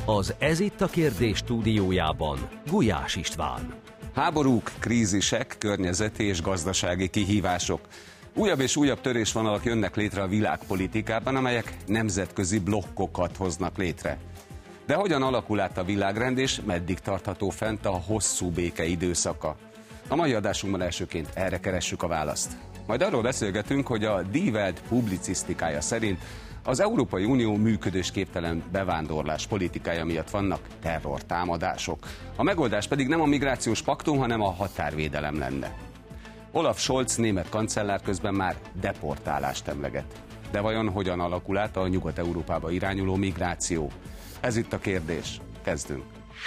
Az Ez itt a kérdés stúdiójában Gulyás István. Háborúk, krízisek, környezeti és gazdasági kihívások. Újabb és újabb törésvonalak jönnek létre a világpolitikában, amelyek nemzetközi blokkokat hoznak létre. De hogyan alakul át a világrend, és meddig tartható fent a hosszú béke időszaka? A mai adásunkban elsőként erre keressük a választ. Majd arról beszélgetünk, hogy a Die Welt publicisztikája szerint az Európai Unió működésképtelen bevándorlás politikája miatt vannak terrortámadások. A megoldás pedig nem a migrációs paktum, hanem a határvédelem lenne. Olaf Scholz német kancellár közben már deportálást emleget. De vajon hogyan alakul át a Nyugat-Európába irányuló migráció? Ez itt a kérdés. Kezdünk.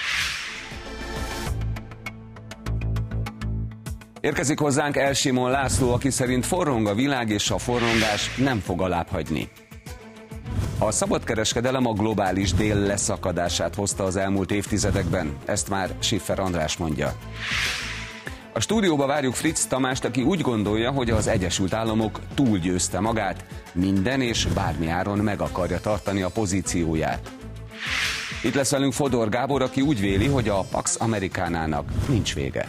Érkezik hozzánk Elsimon László, aki szerint forrong a világ, és a forrongás nem fog alább hagyni. A szabadkereskedelem a globális dél leszakadását hozta az elmúlt évtizedekben, ezt már Schiffer András mondja. A stúdióba várjuk Fritz Tamást, aki úgy gondolja, hogy az Egyesült Államok túlgyőzte magát, minden és bármi áron meg akarja tartani a pozícióját. Itt lesz velünk Fodor Gábor, aki úgy véli, hogy a Pax Americanának nincs vége.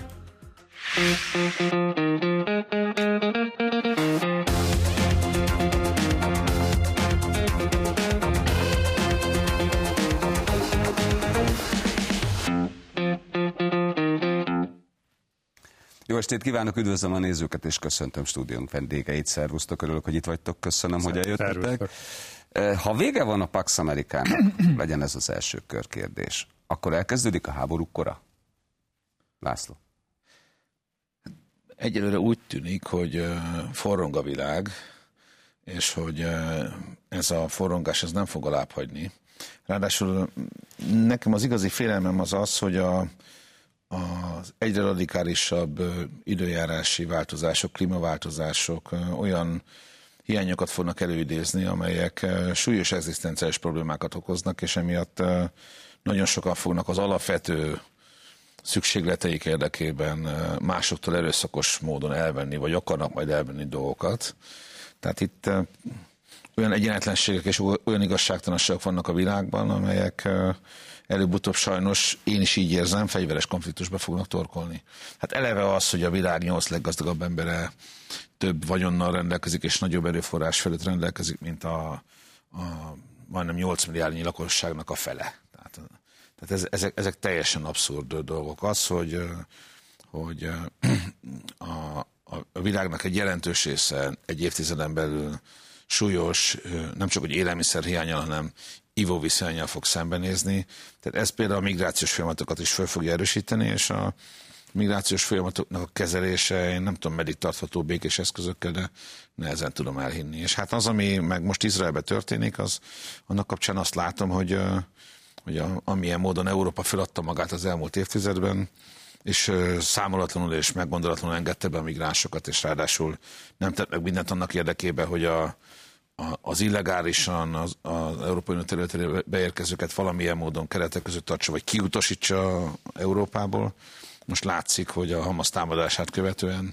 Jó estét kívánok, üdvözlöm a nézőket, és köszöntöm stúdiónk vendégeit. Szervusztok, örülök, hogy itt vagytok, köszönöm, hogy eljöttetek. Ha vége van a Pax Americanának, legyen ez az első körkérdés, akkor elkezdődik a háborúk kora? László. Egyelőre úgy tűnik, hogy forrong a világ, és hogy ez a forrongás ez nem fog alább hagyni. Ráadásul nekem az igazi félelmem az, hogy az egyre radikálisabb időjárási változások, klímaváltozások olyan hiányokat fognak előidézni, amelyek súlyos egzisztenciális problémákat okoznak, és emiatt nagyon sokan fognak az alapvető szükségleteik érdekében másoktól erőszakos módon elvenni, vagy akarnak majd elvenni dolgokat. Tehát itt olyan egyenetlenségek és olyan igazságtalanságok vannak a világban, amelyek előbb-utóbb sajnos, én is így érzem, fegyveres konfliktusba fognak torkolni. Hát eleve az, hogy a világ 8 leggazdagabb embere több vagyonnal rendelkezik, és nagyobb erőforrás felett rendelkezik, mint a majdnem 8 milliárdnyi lakosságnak a fele. Tehát ezek teljesen abszurd dolgok. Az, hogy a világnak egy jelentős része egy évtizeden belül súlyos, nem csak hogy élelmiszerhiánnyal, hanem ivóvízhiánnyal fog szembenézni. Tehát ez például a migrációs folyamatokat is föl fogja erősíteni, és a migrációs folyamatoknak a kezelése, én nem tudom, meddig tartható békés eszközökkel, de nehezen tudom elhinni. És hát az, ami meg most Izraelben történik, annak kapcsán azt látom, hogy amilyen módon Európa feladta magát az elmúlt évtizedben, és számolatlanul és meggondolatlanul engedte be a migránsokat, és ráadásul nem tett meg mindent annak érdekében, hogy az illegálisan az Európai Unió területére beérkezőket valamilyen módon keretek között tartsa, vagy kiutasítsa Európából. Most látszik, hogy a Hamas támadását követően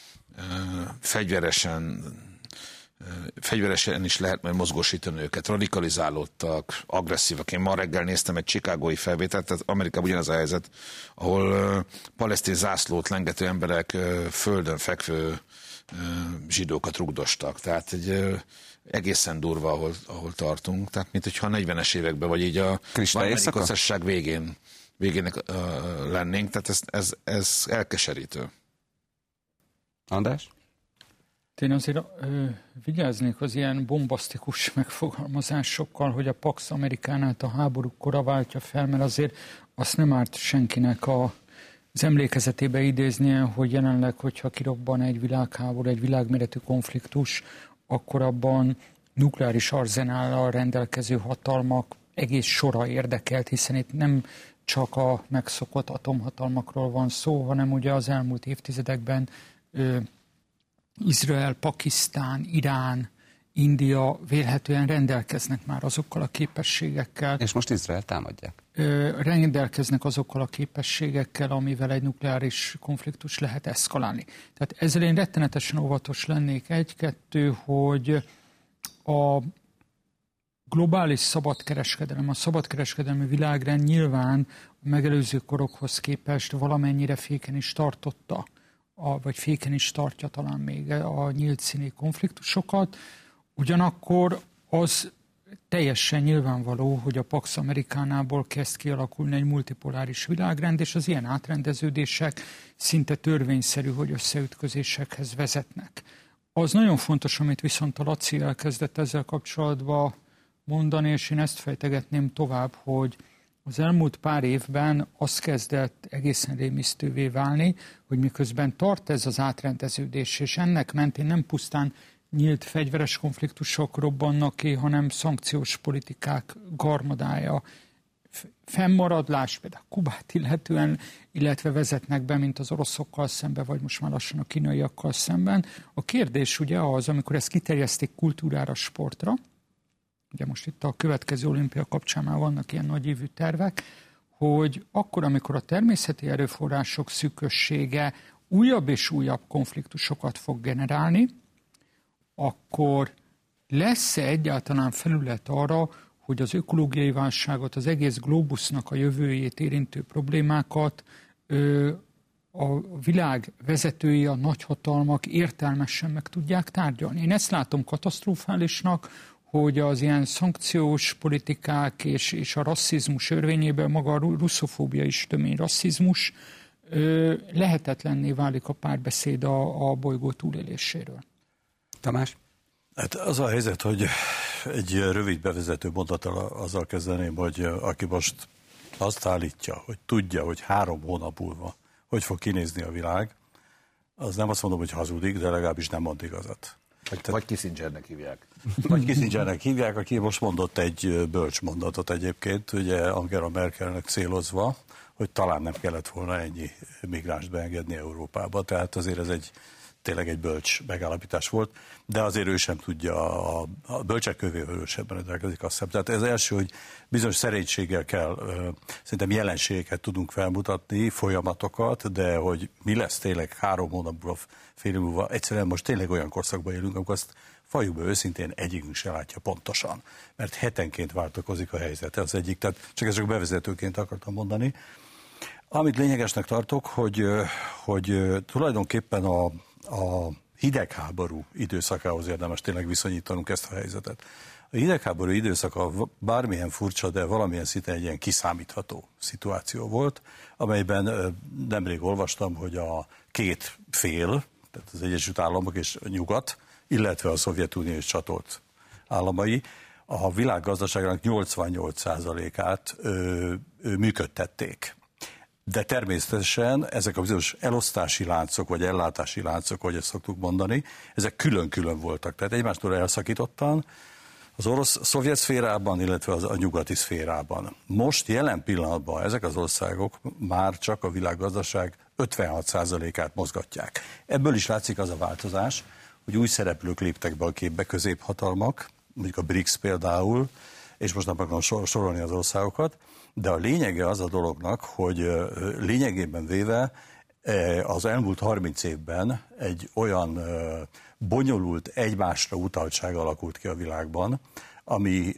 fegyveresen is lehet majd mozgósítani őket, radikalizálódtak, agresszívak. Én ma reggel néztem egy chicagói felvételt, tehát Amerikában ugyanaz a helyzet, ahol palesztin zászlót lengető emberek földön fekvő zsidókat rugdostak. Tehát egy egészen durva, ahol tartunk. Tehát mint hogyha a 40-es években, vagy így a gazdaság végének lennénk. Tehát ez elkeserítő. András? Én azért vigyáznék az ilyen bombasztikus megfogalmazásokkal, hogy a Pax Americanát a háború kora váltja fel, mert azért azt nem árt senkinek az emlékezetébe idéznie, hogy jelenleg, hogyha kirobban egy világháború, egy világméretű konfliktus, akkor abban nukleáris arzenállal rendelkező hatalmak egész sora érdekelt, hiszen itt nem csak a megszokott atomhatalmakról van szó, hanem ugye az elmúlt évtizedekben Izrael, Pakisztán, Irán, India vélhetően rendelkeznek már azokkal a képességekkel. És most Izrael támadják. Rendelkeznek azokkal a képességekkel, amivel egy nukleáris konfliktus lehet eszkalálni. Tehát ezzel én rettenetesen óvatos lennék. 1-2, hogy a globális szabadkereskedelem, a szabadkereskedelmi világrend nyilván a megelőző korokhoz képest valamennyire féken is tartotta, vagy féken is tartja talán még a nyílt színi konfliktusokat. Ugyanakkor az teljesen nyilvánvaló, hogy a Pax Americanából kezd kialakulni egy multipoláris világrend, és az ilyen átrendeződések szinte törvényszerű, hogy összeütközésekhez vezetnek. Az nagyon fontos, amit viszont a Laci elkezdett ezzel kapcsolatban mondani, és én ezt fejtegetném tovább, hogy az elmúlt pár évben az kezdett egészen rémisztővé válni, hogy miközben tart ez az átrendeződés, és ennek mentén nem pusztán nyílt fegyveres konfliktusok robbannak ki, hanem szankciós politikák garmadája, fennmaradlás, például Kubát illetően, illetve vezetnek be, mint az oroszokkal szemben, vagy most már lassan a kínaiakkal szemben. A kérdés ugye az, amikor ezt kiterjesztik kultúrára, sportra, ugye most itt a következő olimpia kapcsán már vannak ilyen nagyívű tervek, hogy akkor, amikor a természeti erőforrások szűkössége újabb és újabb konfliktusokat fog generálni, akkor lesz-e egyáltalán felület arra, hogy az ökológiai válságot, az egész glóbusznak a jövőjét érintő problémákat a világ vezetői, a nagyhatalmak értelmesen meg tudják tárgyalni. Én ezt látom katasztrofálisnak, hogy az ilyen szankciós politikák és a rasszizmus örvényében maga a russzofóbia is tömény rasszizmus lehetetlenné válik a párbeszéd a bolygó túléléséről. Tamás? Hát az a helyzet, hogy egy rövid bevezető mondattal azzal kezdeném, hogy aki most azt állítja, hogy tudja, hogy 3 hónap múlva hogy fog kinézni a világ, az nem azt mondom, hogy hazudik, de legalábbis nem mond igazat. Vagy Kissingernek hívják. Vagy Kissingernek hívják, aki most mondott egy bölcs mondatot egyébként, ugye Angela Merkelnek célozva, hogy talán nem kellett volna ennyi migránst beengedni Európába. Tehát azért ez tényleg egy bölcs megállapítás volt, de azért ő sem tudja, a bölcsek kövével ő sem rendelkezik, azt hiszem. Tehát ez első, hogy bizonyos szerénységgel kell, szerintem jelenségeket tudunk felmutatni, folyamatokat, de hogy mi lesz tényleg 3 hónapból, fél év múlva, egyszerűen most tényleg olyan korszakban élünk, amikor azt valljuk őszintén egyikünk se látja pontosan, mert hetenként változik a helyzet, ez egyik, tehát csak bevezetőként akartam mondani. Amit lényegesnek tartok, hogy tulajdonképpen a hidegháború időszakához érdemes tényleg viszonyítanunk ezt a helyzetet. A hidegháború időszaka bármilyen furcsa, de valamilyen szinten egy ilyen kiszámítható szituáció volt, amelyben nemrég olvastam, hogy a 2 fél, tehát az Egyesült Államok és a Nyugat, illetve a Szovjetunió és csatolt államai a világ gazdaságának 88%-át működtették. De természetesen ezek a bizonyos elosztási láncok, vagy ellátási láncok, ahogy ezt szoktuk mondani, ezek külön-külön voltak. Tehát egymástól elszakítottan az orosz-szovjet szférában, illetve a nyugati szférában. Most jelen pillanatban ezek az országok már csak a világgazdaság 56%-át mozgatják. Ebből is látszik az a változás, hogy új szereplők léptek be a képbe, középhatalmak, mondjuk a BRICS például, és most nem akarom sorolni az országokat, de a lényege az a dolognak, hogy lényegében véve az elmúlt 30 évben egy olyan bonyolult egymásra utaltság alakult ki a világban, ami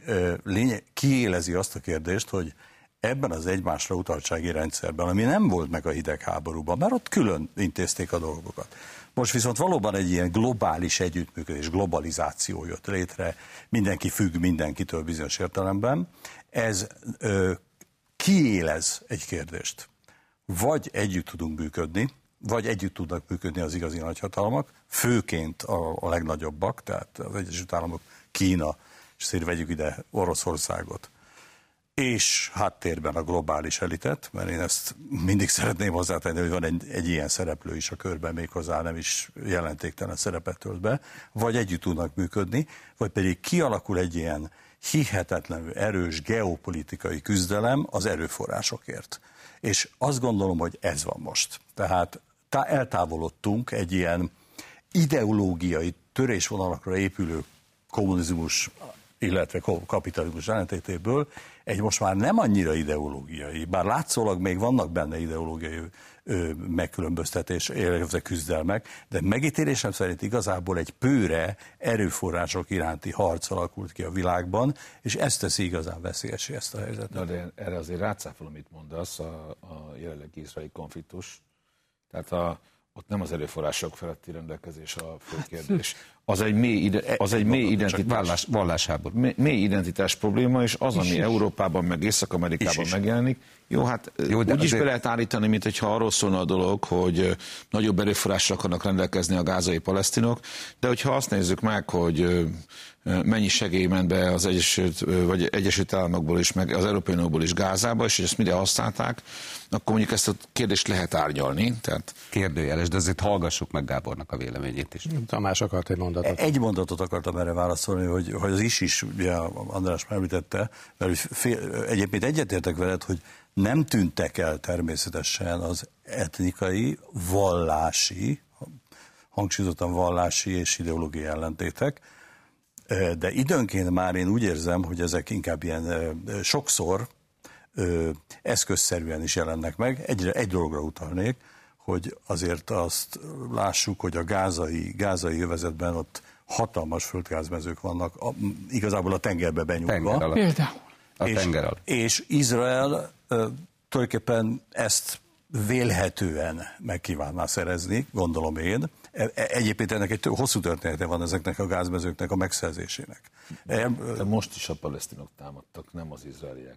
kiélezi azt a kérdést, hogy ebben az egymásra utaltsági rendszerben, ami nem volt meg a hidegháborúban, mert ott külön intézték a dolgokat. Most viszont valóban egy ilyen globális együttműködés, globalizáció jött létre, mindenki függ mindenkitől bizonyos értelemben. Ez kiélez egy kérdést. Vagy együtt tudunk működni, vagy együtt tudnak működni az igazi nagyhatalmak, főként a legnagyobbak, tehát az Egyesült Államok, Kína, és azért vegyük ide Oroszországot, és háttérben a globális elitet, mert én ezt mindig szeretném hozzátenni, hogy van egy ilyen szereplő is a körben, méghozzá nem is jelentéktelen szerepet tölt be, vagy együtt tudnak működni, vagy pedig kialakul egy ilyen hihetetlenül erős geopolitikai küzdelem az erőforrásokért. És azt gondolom, hogy ez van most. Tehát eltávolodtunk egy ilyen ideológiai törésvonalakra épülő kommunizmus illetve kapitalizmus ellentétéből egy most már nem annyira ideológiai, bár látszólag még vannak benne ideológiai megkülönböztetés, illetve küzdelmek, de megítélésem szerint igazából egy pőre erőforrások iránti harc alakult ki a világban, és ez teszi igazán veszélyessé ezt a helyzetet. De erre azért rácáfol, amit mondasz, a jelenlegi izraeli konfliktus. Tehát ott nem az erőforrások feletti rendelkezés a fő kérdés. Az egy mély identitás, mély identitás probléma, és az, ami Európában, meg Észak-Amerikában megjelenik. Jó, hát úgy is be lehet állítani, mint hogyha arról szólna a dolog, hogy nagyobb erőforrással akarnak rendelkezni a gázai palesztinok, de hogyha azt nézzük meg, hogy mennyi segély ment be az Egyesült Államokból is, meg az Európai Unióból is Gázába, és hogy ezt mire használták, akkor mondjuk ezt a kérdést lehet árnyalni. Tehát... Kérdőjeles, de azért hallgassuk meg Gábornak a véleményét is. Tamás akart egy mondatot. Egy mondatot akartam erre válaszolni, hogy az is, ugye András már említette, mert egyébként egyetértek veled, hogy nem tűntek el természetesen az etnikai, vallási, hangsúlyozottan vallási és ideológiai ellentétek, de időnként már én úgy érzem, hogy ezek inkább ilyen sokszor eszközszerűen is jelennek meg. Egy dologra utalnék, hogy azért azt lássuk, hogy a gázai övezetben ott hatalmas földgázmezők vannak, igazából a tengerbe benyúlva. És Izrael tulajdonképpen ezt vélhetően meg kívánná szerezni, gondolom én. Egyébként ennek egy hosszú története van ezeknek a gázmezőknek a megszerzésének. De most is a palesztinok támadtak, nem az izraeliek.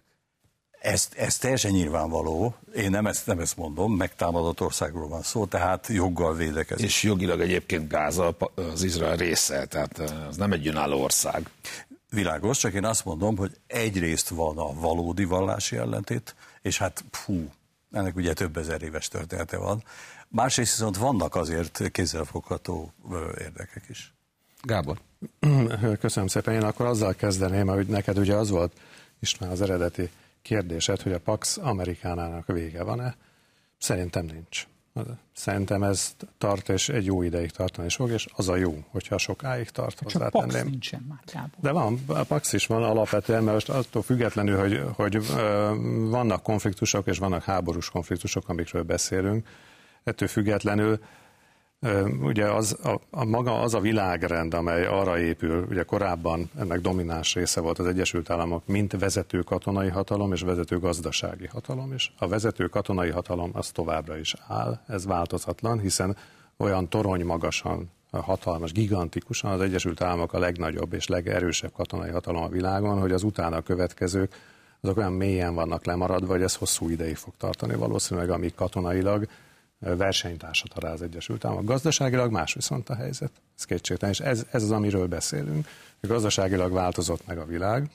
Ez teljesen nyilvánvaló. Én nem ezt mondom, megtámadott országról van szó, tehát joggal védekezik. És jogilag egyébként Gáza az Izrael része, tehát az nem egy önálló ország. Világos, csak én azt mondom, hogy egyrészt van a valódi vallási ellentét, és hát ennek ugye több ezer éves története van. Másrészt viszont vannak azért kézzelfogható érdekek is. Gábor. Köszönöm szépen. Én akkor azzal kezdeném, hogy neked ugye az volt, István, az eredeti kérdésed, hogy a Pax Amerikánának vége van-e? Szerintem nincs. Szerintem ez tart, és egy jó ideig tartani is fog, és az a jó, hogyha sokáig tart. Csak Pax nincsen már, Gábor. De van, a Pax is van alapvetően, mert most attól függetlenül, hogy vannak konfliktusok, és vannak háborús konfliktusok, amikről beszélünk, ettől függetlenül ugye maga az a világrend, amely arra épül, ugye korábban ennek domináns része volt az Egyesült Államok, mint vezető katonai hatalom és vezető gazdasági hatalom is. A vezető katonai hatalom az továbbra is áll, ez változatlan, hiszen olyan torony magasan, hatalmas, gigantikusan az Egyesült Államok a legnagyobb és legerősebb katonai hatalom a világon, hogy az utána következők azok olyan mélyen vannak lemaradva, hogy ez hosszú ideig fog tartani valószínűleg, amíg katonailag versenytársat ad az Egyesült Államok. Gazdaságilag más viszont a helyzet. Ez kétségtelen, és ez az, amiről beszélünk. Gazdaságilag változott meg a világ,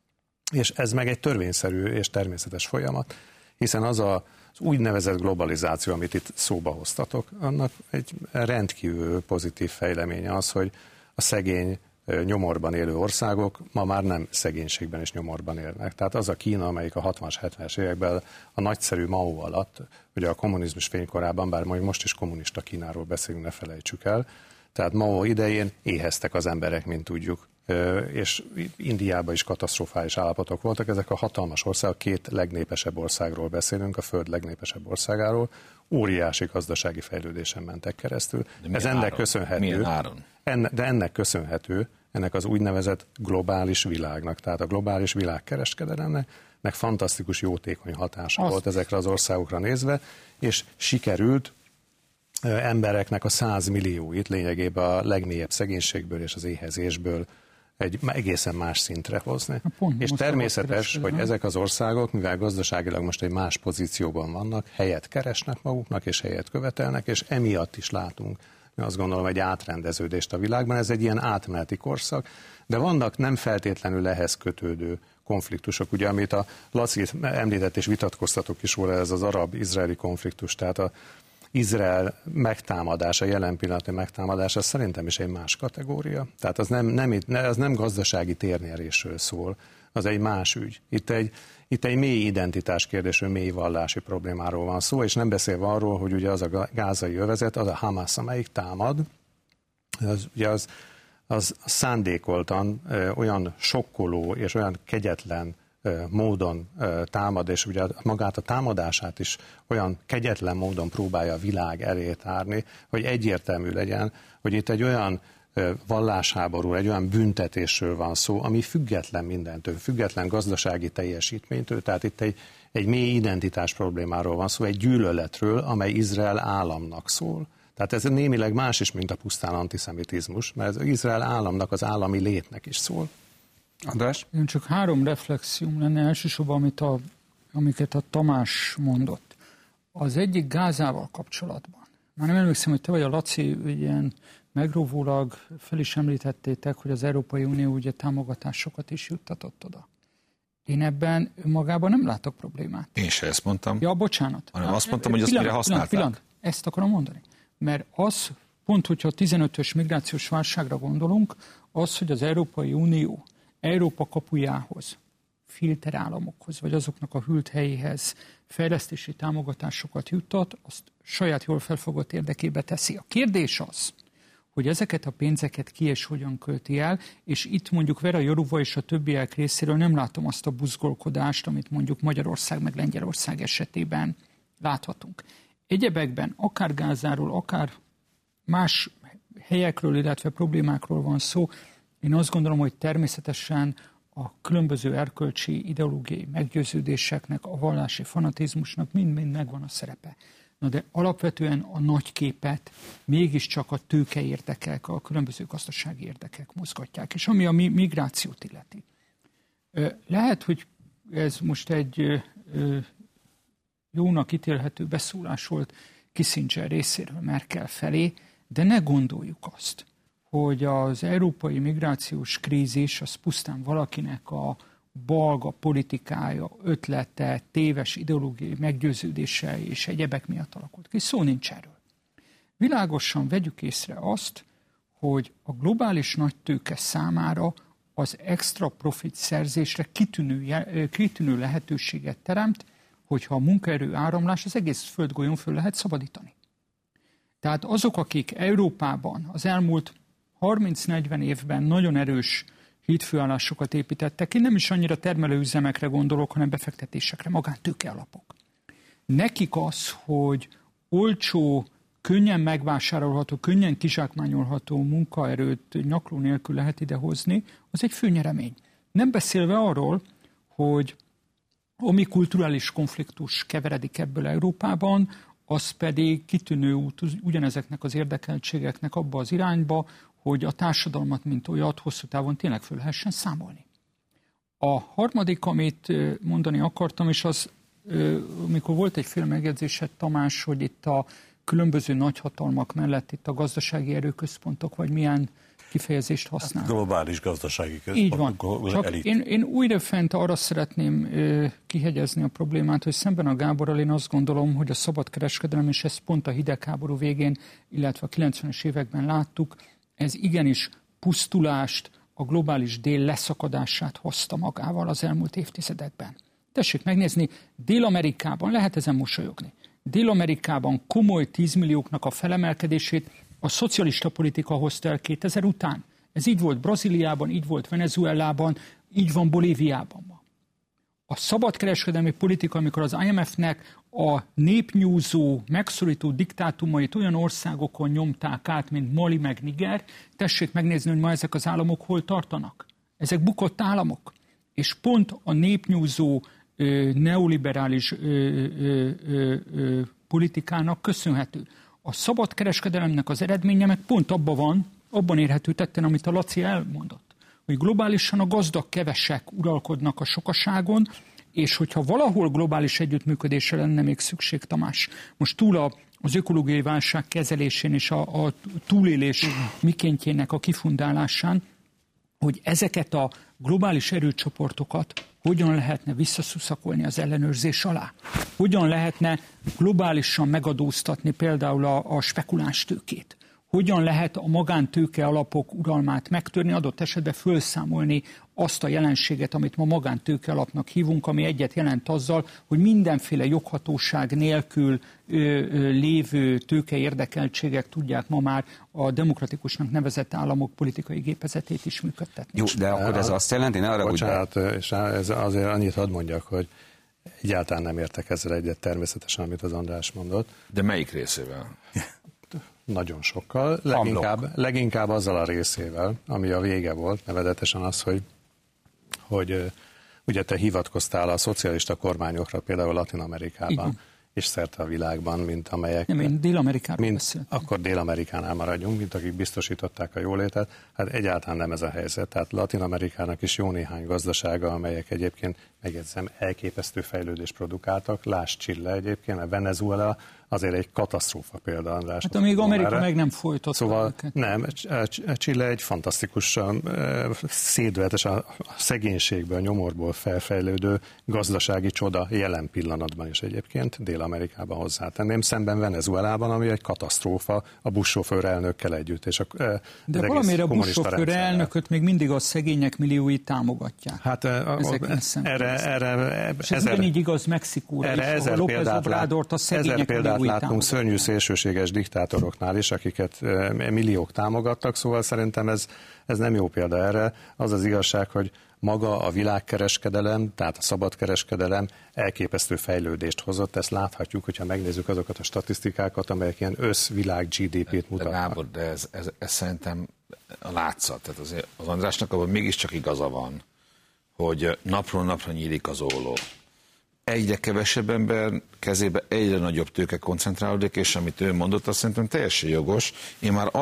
és ez meg egy törvényszerű és természetes folyamat, hiszen az úgynevezett globalizáció, amit itt szóba hoztatok, annak egy rendkívül pozitív fejleménye az, hogy a szegény, nyomorban élő országok ma már nem szegénységben és nyomorban élnek. Tehát az a Kína, amelyik a 60-as, 70-es években a nagyszerű Mao alatt, ugye a kommunizmus fénykorában, bár majd most is kommunista Kínáról beszélünk, ne felejtsük el, tehát Mao idején éheztek az emberek, mint tudjuk, és Indiában is katasztrofális állapotok voltak. Ezek a hatalmas országok, két legnépesebb országról beszélünk, a Föld legnépesebb országáról, óriási gazdasági fejlődésen mentek keresztül. Ez ennek köszönhető. Milyen áron? De ennek köszönhető, ennek az úgynevezett globális világnak, tehát a globális világkereskedelemnek fantasztikus jótékony hatása volt ezekre az országokra nézve, és sikerült embereknek a 100 millióit lényegében a legmélyebb szegénységből és az éhezésből egy egészen más szintre hozni. És természetes, hogy ezek az országok, mivel gazdaságilag most egy más pozícióban vannak, helyet keresnek maguknak, és helyet követelnek, és emiatt is látunk, azt gondolom, egy átrendeződést a világban. Ez egy ilyen átmeneti korszak, de vannak nem feltétlenül ehhez kötődő konfliktusok. Ugye, amit a Laci említett, és vitatkoztatok is róla, ez az arab-izraeli konfliktus, tehát a Izrael megtámadása, jelen pillanatnyi megtámadása szerintem is egy más kategória. Tehát az nem gazdasági térnyerésről szól, az egy más ügy. Itt egy mély identitás kérdésről, mély vallási problémáról van szó, és nem beszélve arról, hogy ugye az a gázai övezet, az a Hamas, amelyik támad, az szándékoltan olyan sokkoló és olyan kegyetlen módon támad, és ugye magát a támadását is olyan kegyetlen módon próbálja a világ elé tárni, hogy egyértelmű legyen, hogy itt egy olyan vallásháború, egy olyan büntetésről van szó, ami független mindentől, független gazdasági teljesítménytől, tehát itt egy mély identitás problémáról van szó, egy gyűlöletről, amely Izrael államnak szól. Tehát ez némileg más is, mint a pusztán antiszemitizmus, mert az Izrael államnak, az állami létnek is szól. András? Csak 3 reflexióm lenne elsősorban, amiket a Tamás mondott. Az egyik Gázával kapcsolatban. Már nem emlékszem, hogy te vagy a Laci, ilyen megróvólag fel is említettétek, hogy az Európai Unió ugye támogatásokat is juttatott oda. Én ebben önmagában nem látok problémát. Én se ezt mondtam. Ja, bocsánat. Hanem azt mondtam, hogy azt mire használták. Pillanat. Ezt akarom mondani. Mert az, pont hogyha a 15-ös migrációs válságra gondolunk, az, hogy az Európai Unió Európa kapujához, filterállamokhoz, vagy azoknak a hűlt helyéhez fejlesztési támogatásokat juttat, azt saját jól felfogott érdekébe teszi. A kérdés az, hogy ezeket a pénzeket ki és hogyan költi el, és itt mondjuk Vera Jourová és a többiek részéről nem látom azt a buzgolkodást, amit mondjuk Magyarország meg Lengyelország esetében láthatunk. Egyebekben akár Gázáról, akár más helyekről, illetve problémákról van szó, én azt gondolom, hogy természetesen a különböző erkölcsi, ideológiai meggyőződéseknek, a vallási fanatizmusnak mind-mind megvan a szerepe. Na de alapvetően a nagy képet mégiscsak a tőke érdekek, a különböző gazdasági érdekek mozgatják. És ami a migrációt illeti. Lehet, hogy ez most egy jónak ítélhető beszólás volt Kissinger részéről Merkel felé, de ne gondoljuk azt, hogy az európai migrációs krízis az pusztán valakinek a balga politikája, ötlete, téves ideológiai meggyőződése és egyebek miatt alakult ki. Szó nincs erről. Világosan vegyük észre azt, hogy a globális nagytőke számára az extra profit szerzésre kitűnő lehetőséget teremt, hogyha a munkaerő áramlás az egész földgolyón föl lehet szabadítani. Tehát azok, akik Európában az elmúlt 30-40 évben nagyon erős hídfőállásokat építettek, én nem is annyira termelőüzemekre gondolok, hanem befektetésekre, magántőke alapok. Nekik az, hogy olcsó, könnyen megvásárolható, könnyen kizsákmányolható munkaerőt nyakló nélkül lehet idehozni, az egy főnyeremény. Nem beszélve arról, hogy ami kulturális konfliktus keveredik ebből Európában, az pedig kitűnő út ugyanezeknek az érdekeltségeknek abba az irányba, hogy a társadalmat, mint olyat hosszú távon tényleg föl lehessen számolni. A harmadik, amit mondani akartam, és az, amikor volt egy fél megjegyzésed, Tamás, hogy itt a különböző nagyhatalmak mellett itt a gazdasági erőközpontok, vagy milyen kifejezést használ. Globális gazdasági központok. Így van. Csak én újra fent arra szeretném kihegyezni a problémát, hogy szemben a Gáborral én azt gondolom, hogy a szabadkereskedelem, és ezt pont a hidegháború végén, illetve a 90-es években láttuk, ez igenis pusztulást, a globális dél leszakadását hozta magával az elmúlt évtizedekben. Tessék megnézni, Dél-Amerikában, lehet ezen mosolyogni, Dél-Amerikában komoly 10 millióknak a felemelkedését a szocialista politika hozta el 2000 után. Ez így volt Brazíliában, így volt Venezuelában, így van Bolíviában ma. A szabadkereskedelmi politika, amikor az IMF-nek a népnyúzó, megszorító diktátumait olyan országokon nyomták át, mint Mali meg Niger, tessék megnézni, hogy ma ezek az államok hol tartanak. Ezek bukott államok. És pont a népnyúzó, neoliberális politikának köszönhető. A szabadkereskedelemnek az eredménye meg pont abban érhető tetten, amit a Laci elmondott, hogy globálisan a gazdag kevesek uralkodnak a sokaságon, és hogyha valahol globális együttműködésre lenne még szükség, Tamás, most túl az ökológiai válság kezelésén és a túlélés mikéntjének a kifundálásán, hogy ezeket a globális erőcsoportokat hogyan lehetne visszaszuszakolni az ellenőrzés alá? Hogyan lehetne globálisan megadóztatni például a spekuláns tőkét? Hogyan lehet a magántőke alapok uralmát megtörni, adott esetben felszámolni azt a jelenséget, amit ma magántőke alapnak hívunk, ami egyet jelent azzal, hogy mindenféle joghatóság nélkül lévő tőke érdekeltségek tudják ma már a demokratikusnak nevezett államok politikai gépezetét is működtetni. Jó, de akkor ez azt jelenti, ne arra bocsánat, és ez azért annyit hadd mondjak, hogy egyáltalán nem értek ezzel egyet természetesen, amit az András mondott. De melyik részével? Nagyon sokkal. Leginkább azzal a részével, ami a vége volt, nevezetesen az, hogy ugye te hivatkoztál a szocialista kormányokra, például Latin-Amerikában, és szerte a világban, mint amelyek... Nem, én Dél-Amerikáról beszéltem. Akkor Dél-Amerikánál maradjunk, mint akik biztosították a jólétet. Hát egyáltalán nem ez a helyzet. Tehát Latin-Amerikának is jó néhány gazdasága, amelyek egyébként, megjegyzem, elképesztő fejlődést produkáltak. Lásd Chile egyébként, mert Venezuela azért egy katasztrófa példa, András. Hát amíg Amerika meg nem folytatta. Szóval őket. nem, Chile egy fantasztikusan szédületes, a szegénységből, nyomorból felfejlődő gazdasági csoda jelen pillanatban is egyébként, Dél-Amerikában hozzátenném, szemben Venezuelában, ami egy katasztrófa a Bush-sofőr elnökkel együtt. És de valamire a Bush-sofőr elnököt még mindig a szegények milliói támogatják. Hát és ez ugyanígy igaz Mexikóra is, ahol López Obradort a szegények milliói látunk szörnyű szélsőséges diktátoroknál is, akiket milliók támogattak, szóval szerintem ez nem jó példa erre. Az az igazság, hogy maga a világkereskedelem, tehát a szabadkereskedelem elképesztő fejlődést hozott. Ezt láthatjuk, hogyha megnézzük azokat a statisztikákat, amelyek ilyen összvilág GDP-t mutatnak. De Gábor, de ez szerintem a látszat. Tehát azért az Andrásnak abban mégiscsak igaza van, hogy napról napra nyílik az olló. Egyre kevesebb ember kezébe egyre nagyobb tőke koncentrálódik, és amit ő mondott, azt szerintem teljesen jogos. Én már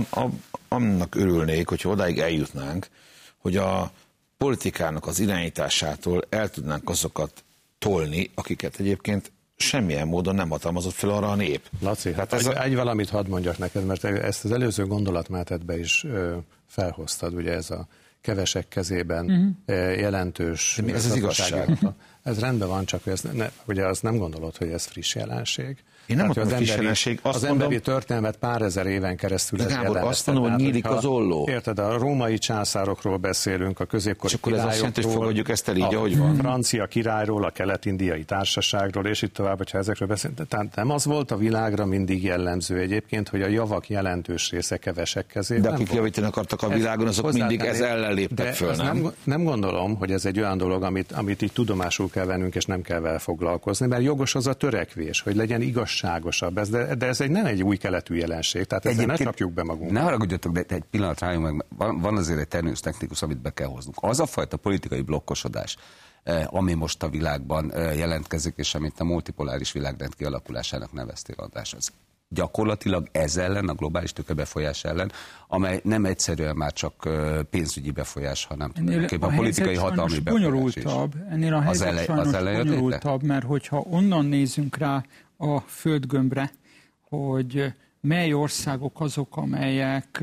annak örülnék, hogyha odáig eljutnánk, hogy a politikának az irányításától el tudnánk azokat tolni, akiket egyébként semmilyen módon nem hatalmazott fel arra a nép. Laci, hát egy valamit hadd mondjak neked, mert ezt az előző gondolatmenetbe is felhoztad, ugye ez a kevesek kezében jelentős... Ez az igazság. Ez rendben van, csak ugye azt nem gondolod, hogy ez friss jelenség. Én nem mondom, hogy friss jelenség. Az emberi történelmet pár ezer éven keresztül ez jellemezte. Azt mondom, hogy nyílik az olló. Érted, a római császárokról beszélünk, a középkori királyokról. És akkor ez azt jelenti, hogy fogadjuk ezt el így, ahogy van. A francia királyról, a kelet-indiai társaságról, és itt tovább, hogyha ezekről beszélünk. Tehát nem az volt a világra mindig jellemző egyébként, hogy a javak jelentős része kevesek kezében. De akik javítani akartak a világon, azok mindig ez ellen léptek föl, nem gondolom, hogy ez egy olyan dolog, amit így tudomásul kell vennünk, és nem kell vele foglalkozni, mert jogos az a törekvés, hogy legyen igazságosabb. De ez nem egy új keletű jelenség, tehát ezzel ne csapjuk be magunkat. Ne haragudjatok, de egy pillanat rájunk meg, van azért egy terminus technikus, amit be kell hoznunk. Az a fajta politikai blokkosodás, ami most a világban jelentkezik, és amit a multipoláris világrend kialakulásának neveztél, András, az gyakorlatilag ez ellen, a globális tőkebefolyás ellen, amely nem egyszerűen már csak pénzügyi befolyás, hanem tulajdonképpen politikai hatalmi befolyás is. Ennél a helyzet sajnos bonyolultabb, mert hogyha onnan nézünk rá a földgömbre, hogy mely országok azok, amelyek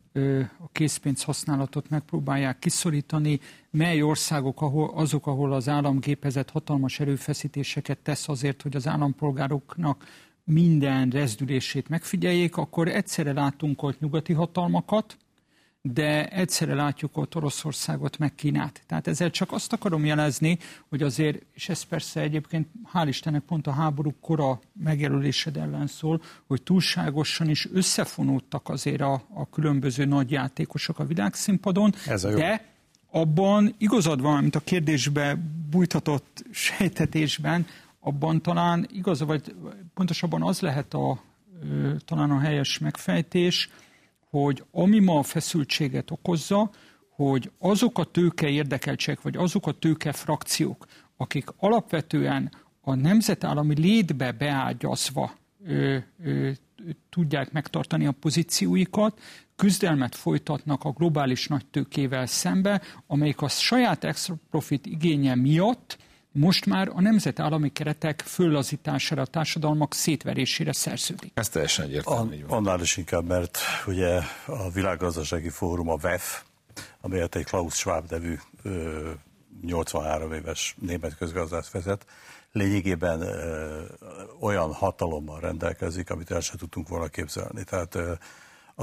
a készpénz használatot megpróbálják kiszorítani, mely országok azok, ahol az államgépezet hatalmas erőfeszítéseket tesz azért, hogy az állampolgároknak minden rezdülését megfigyeljék, akkor egyszerre látunk ott nyugati hatalmakat, de egyszerre látjuk ott Oroszországot, meg Kínát. Tehát ezzel csak azt akarom jelezni, hogy azért, és ez persze egyébként hál' Istennek pont a háború kora megjelölésed ellen szól, hogy túlságosan is összefonódtak azért a különböző nagy játékosok a világszínpadon, de abban igazad van, mint a kérdésbe bújtatott sejtetésben, abban talán igaza, vagy pontosabban az lehet talán a helyes megfejtés, hogy ami ma a feszültséget okozza, hogy azok a tőke érdekeltségek, vagy azok a tőke frakciók, akik alapvetően a nemzetállami létbe beágyazva tudják megtartani a pozícióikat, küzdelmet folytatnak a globális nagytőkével szembe, amelyik a saját extra profit igénye miatt most már a nemzetállami keretek föllazítására, a társadalmak szétverésére szerződik. Ez teljesen egyértelmű. Annál is inkább, mert ugye a Világgazdasági Fórum, a WEF, amelyet egy Klaus Schwab nevű 83 éves német közgazdász vezet, lényegében olyan hatalommal rendelkezik, amit el sem tudtunk volna képzelni. Tehát a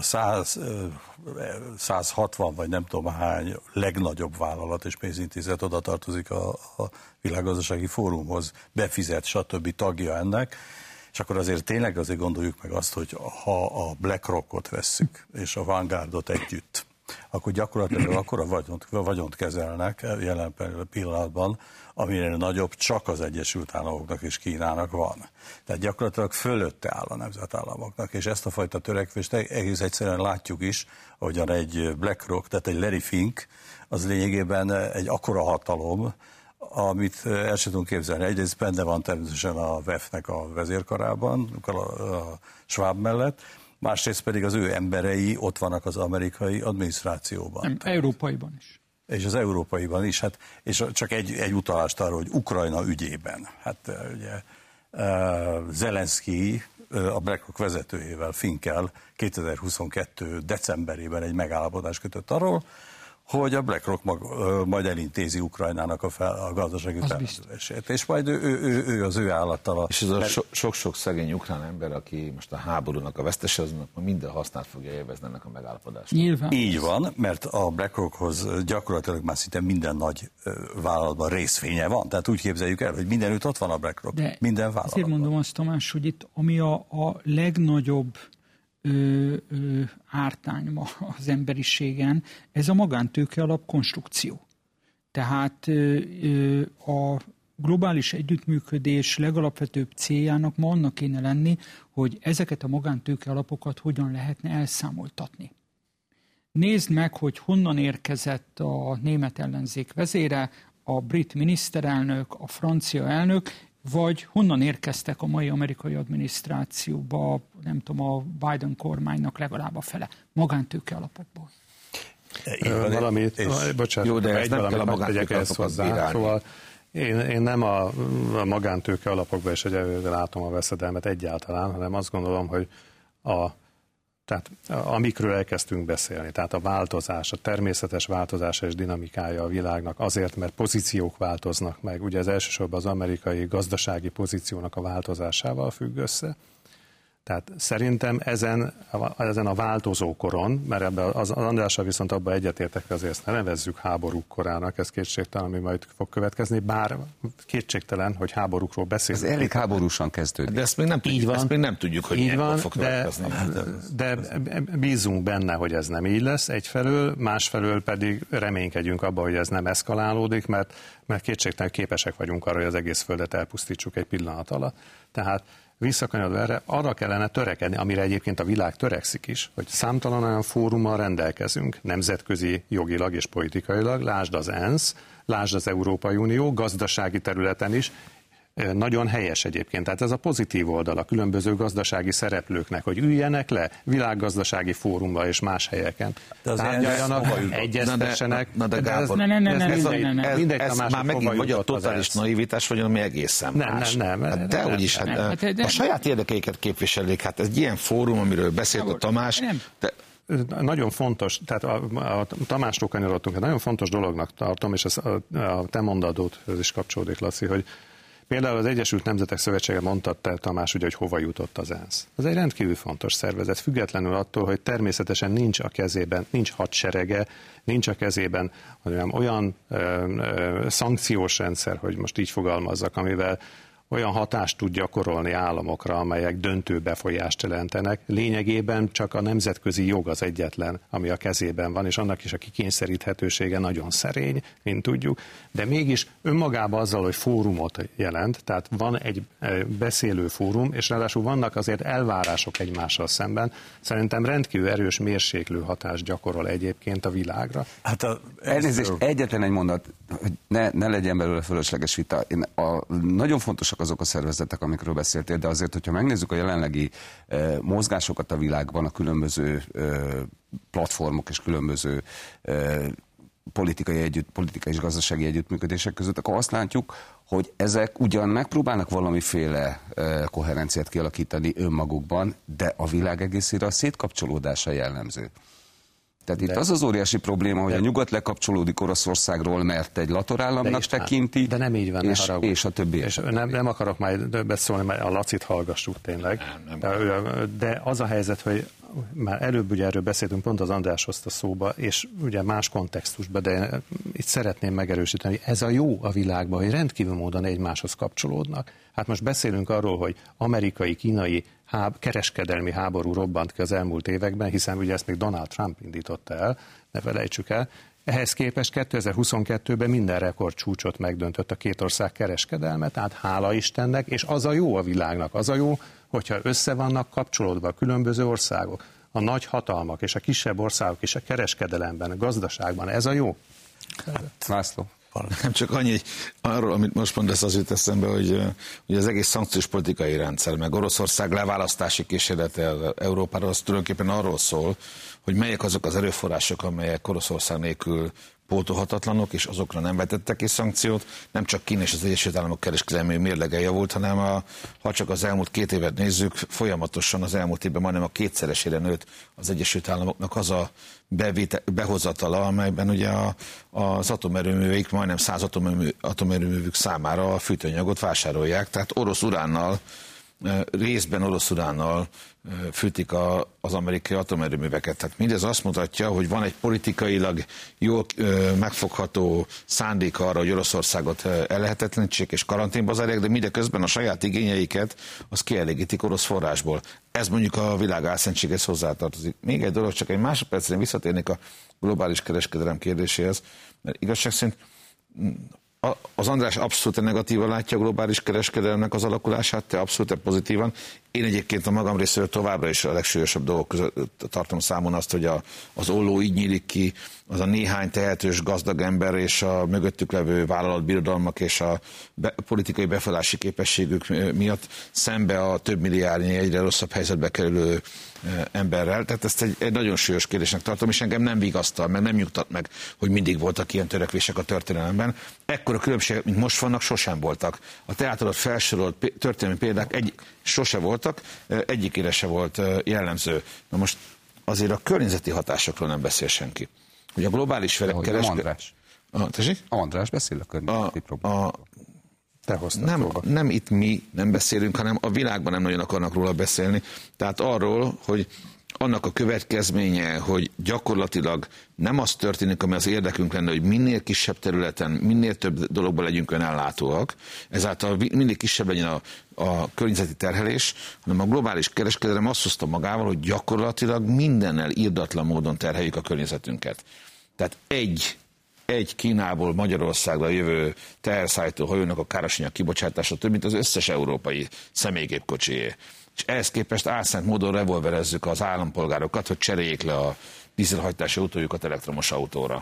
160 vagy nem tudom hány legnagyobb vállalat és pénzintézet oda tartozik a Világgazdasági Fórumhoz, befizet, stb. Tagja ennek, és akkor azért tényleg azért gondoljuk meg azt, hogy ha a BlackRockot vesszük, és a Vanguardot együtt, akkor gyakorlatilag akkora vagyont kezelnek jelen pillanatban, aminél nagyobb csak az Egyesült Államoknak és Kínának van. Tehát gyakorlatilag fölötte áll a nemzetállamoknak, és ezt a fajta törekvést egész egyszerűen látjuk is, ahogyan egy BlackRock, tehát egy Larry Fink, az lényegében egy akkora hatalom, amit el sem tudunk képzelni. Egyrészt benne van természetesen a WEF-nek a vezérkarában, a Schwab mellett, másrészt pedig az ő emberei ott vannak az amerikai adminisztrációban. Nem, európaiban is. És az európaiban is, hát, és csak egy utalást arra, hogy Ukrajna ügyében. Hát ugye Zelenszky a BlackRock vezetőjével, Finkkel 2022. decemberében egy megállapodást kötött arról, hogy a BlackRock majd elintézi Ukrajnának a gazdasági felendülését. És majd ő az ő állattal. És ez a sok-sok szegény ukrán ember, aki most a háborúnak a vesztese, azonnak minden hasznát fogja élvezni ennek a megállapodást. Nyilván. Így van, mert a BlackRockhoz gyakorlatilag már szinte minden nagy vállalatban részvénye van. Tehát úgy képzeljük el, hogy mindenütt ott van a BlackRock. De minden vállalatban. Azért mondom azt, Tamás, hogy itt ami a legnagyobb ártány ma az emberiségen, ez a magántőke alap konstrukció. Tehát a globális együttműködés legalapvetőbb céljának ma annak kéne lenni, hogy ezeket a magántőke alapokat hogyan lehetne elszámoltatni. Nézd meg, hogy honnan érkezett a német ellenzék vezére, a brit miniszterelnök, a francia elnök, vagy honnan érkeztek a mai amerikai adminisztrációba, nem tudom, a Biden kormánynak legalább a fele, magántőke alapokból. Bocsánat, jó, de egy valamit tegyek ezt hozzá. Szóval én nem a magántőke alapokban is egyelőre látom a veszedelmet egyáltalán, hanem azt gondolom, hogy tehát amikről elkezdtünk beszélni, tehát a változás, a természetes változása és dinamikája a világnak azért, mert pozíciók változnak meg. Ugye ez elsősorban az amerikai gazdasági pozíciónak a változásával függ össze. Tehát szerintem ezen a változókoron, mert ebben az Andrással viszont abban egyetértek, azért ezt ne nevezzük háborúk korának, ez kétségtelen, ami majd fog következni, bár kétségtelen, hogy háborúkról beszélünk. Ez elég háborúsan kezdődik. De ezt még nem tudjuk, ezt még nem tudjuk, hogy ilyenkor fog következni. De bízunk benne, hogy ez nem így lesz egyfelől, másfelől pedig reménykedjünk abba, hogy ez nem eszkalálódik, mert kétségtelen képesek vagyunk arra, hogy az egész földet elpusztítsuk egy pillanat alatt. Tehát visszakanyarodva erre, arra kellene törekedni, amire egyébként a világ törekszik is, hogy számtalan olyan fórummal rendelkezünk, nemzetközi jogilag és politikailag, lásd az ENSZ, lásd az Európai Unió, gazdasági területen is, nagyon helyes egyébként. Tehát ez a pozitív oldal a különböző gazdasági szereplőknek, hogy üljenek le világgazdasági fórumba és más helyeken. Tárgyaljanak, egyeztessenek. De Gábor, ez már megint vagy a totális naivitás, vagy ami egészen más. Nem. Dehogy is, a saját érdekeiket képviselik. Hát ez egy ilyen fórum, amiről beszélt a Tamás. Nagyon fontos, tehát a Tamástól kanyarodtunk, nagyon fontos dolognak tartom, és ez a te mondatodhoz is kapcsolódik, Laci, hogy például az Egyesült Nemzetek Szövetsége mondta te, Tamás, ugye, hogy hova jutott az ENSZ. Ez egy rendkívül fontos szervezet, függetlenül attól, hogy természetesen nincs a kezében, nincs hadserege, nincs a kezében olyan szankciós rendszer, hogy most így fogalmazzak, amivel olyan hatást tud gyakorolni államokra, amelyek döntő befolyást jelentenek. Lényegében csak a nemzetközi jog az egyetlen, ami a kezében van, és annak is a kikényszeríthetősége nagyon szerény, mint tudjuk. De mégis önmagában azzal, hogy fórumot jelent, tehát van egy beszélő fórum, és ráadásul vannak azért elvárások egymással szemben, szerintem rendkívül erős mérséklő hatást gyakorol egyébként a világra. Hát elnézést, egyetlen egy mondat, hogy ne legyen belőle fölösleges vita. Nagyon fontosak azok a szervezetek, amikről beszéltél, de azért, hogyha megnézzük a jelenlegi mozgásokat a világban, a különböző platformok és különböző politikai és gazdasági együttműködések között, akkor azt látjuk, hogy ezek ugyan megpróbálnak valamiféle koherenciát kialakítani önmagukban, de a világ egészére a szétkapcsolódása jellemző. Tehát itt az óriási probléma, hogy a nyugat lekapcsolódik Oroszországról, mert egy latorállamnak tekinti, de nem így van, és a többi. És nem akarok majd beszólni, mert a Lacit hallgassuk tényleg. De az a helyzet, hogy már előbb ugye erről beszéltünk, pont az András hozta szóba, és ugye más kontextusban, de itt szeretném megerősíteni, ez a jó a világban, hogy rendkívül módon egymáshoz kapcsolódnak. Hát most beszélünk arról, hogy amerikai-kínai kereskedelmi háború robbant ki az elmúlt években, hiszen ugye ezt még Donald Trump indította el, ne felejtsük el. Ehhez képest 2022-ben minden rekordcsúcsot megdöntött a két ország kereskedelme, tehát hála Istennek, és az a jó a világnak, az a jó, hogyha össze vannak kapcsolódva a különböző országok, a nagy hatalmak és a kisebb országok és a kereskedelemben, a gazdaságban, ez a jó. László. Nem csak annyi, hogy arról, amit most mondasz, az jut eszembe, hogy az egész szankciós politikai rendszer, meg Oroszország leválasztási kísérlete Európáról, az tulajdonképpen arról szól, hogy melyek azok az erőforrások, amelyek Oroszország nélkül pótolhatatlanok, és azokra nem vetettek ki szankciót. Nem csak Kína és az Egyesült Államok kereskedelmi mérlege javult, hanem ha csak az elmúlt 2 évet nézzük, folyamatosan az elmúlt évben majdnem a 2-szeresére nőtt az Egyesült Államoknak az a behozatala, amelyben ugye az atomerőműveik majdnem 100 atomerőművük számára a fűtőanyagot vásárolják, tehát részben orosz uránnal fűtik az amerikai atomerőműveket. Tehát mindez azt mutatja, hogy van egy politikailag jól megfogható szándék arra, hogy Oroszországot ellehetetlenítsék és karanténba zárják, de mindeközben a saját igényeiket az kielégítik orosz forrásból. Ez mondjuk a világ álszentséghez hozzátartozik. Még egy dolog, csak egy másodpercre visszatérnék a globális kereskedelem kérdéséhez, mert igazság szerint az András abszolút negatívan látja a globális kereskedelemnek az alakulását, te abszolút pozitívan. Én egyébként a magam részéről továbbra is a legsúlyosabb dolgok között tartom számon azt, hogy az olló így nyílik ki, az a néhány tehetős gazdag ember és a mögöttük levő vállalatbirodalmak és a politikai befolyási képességük miatt szembe a több milliárdnyi egyre rosszabb helyzetbe kerülő emberrel. Tehát ezt egy nagyon súlyos kérdésnek tartom, és engem nem vigasztal, mert nem nyugtat meg, hogy mindig voltak ilyen törekvések a történelemben. Ekkora különbségek, mint most vannak, sosem voltak. A te általad felsorolt történelmi példák sose voltak, egyikére se volt jellemző. Na most azért a környezeti hatásokról nem beszél senki. Hogy a globális kereskedelem... András beszél a környezeti problémákról. Nem itt mi nem beszélünk, hanem a világban nem nagyon akarnak róla beszélni. Tehát arról, hogy annak a következménye, hogy gyakorlatilag nem az történik, ami az érdekünk lenne, hogy minél kisebb területen, minél több dologban legyünk önellátóak, ezáltal mindig kisebb legyen a környezeti terhelés, hanem a globális kereskedelem azt hozta magával, hogy gyakorlatilag mindennel irdatlan módon terheljük a környezetünket. Tehát egy Kínából Magyarországra jövő teherszállító hajónak a károsanyag kibocsátása több, mint az összes európai személygépkocsié. És ehhez képest álszent módon revolverezzük az állampolgárokat, hogy cseréljék le a dízelhajtású autójukat elektromos autóra.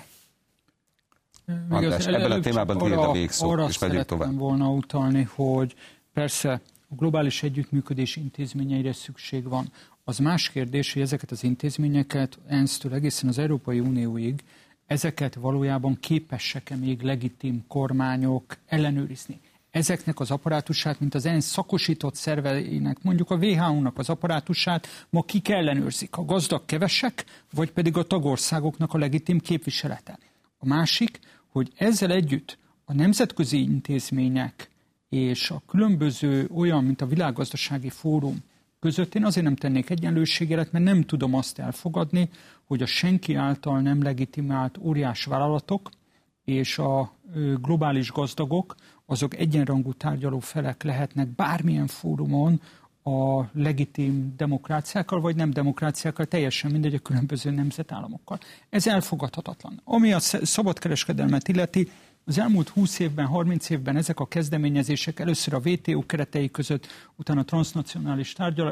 András, ebben a témában tiéd a végszó, arra és megyünk tovább. szerettem volna utalni, hogy persze a globális együttműködés intézményeire szükség van. Az más kérdés, hogy ezeket az intézményeket ENSZ-től egészen az Európai Unióig, ezeket valójában képesek-e még legitim kormányok ellenőrizni. Ezeknek az apparátusát, mint az ENSZ szakosított szerveinek, mondjuk a WHO-nak az apparátusát ma kik ellenőrzik? A gazdag kevesek, vagy pedig a tagországoknak a legitim képviselete? A másik, hogy ezzel együtt a nemzetközi intézmények és a különböző olyan, mint a Világgazdasági Fórum között én azért nem tennék egyenlőségjelet, mert nem tudom azt elfogadni, hogy a senki által nem legitimált óriás vállalatok és a globális gazdagok, azok egyenrangú tárgyaló felek lehetnek bármilyen fórumon a legitim demokráciákkal, vagy nem demokráciákkal, teljesen mindegy a különböző nemzetállamokkal. Ez elfogadhatatlan. Ami a szabadkereskedelmet illeti, az elmúlt 20 évben, 30 évben ezek a kezdeményezések először a WTO keretei között, utána a transnacionális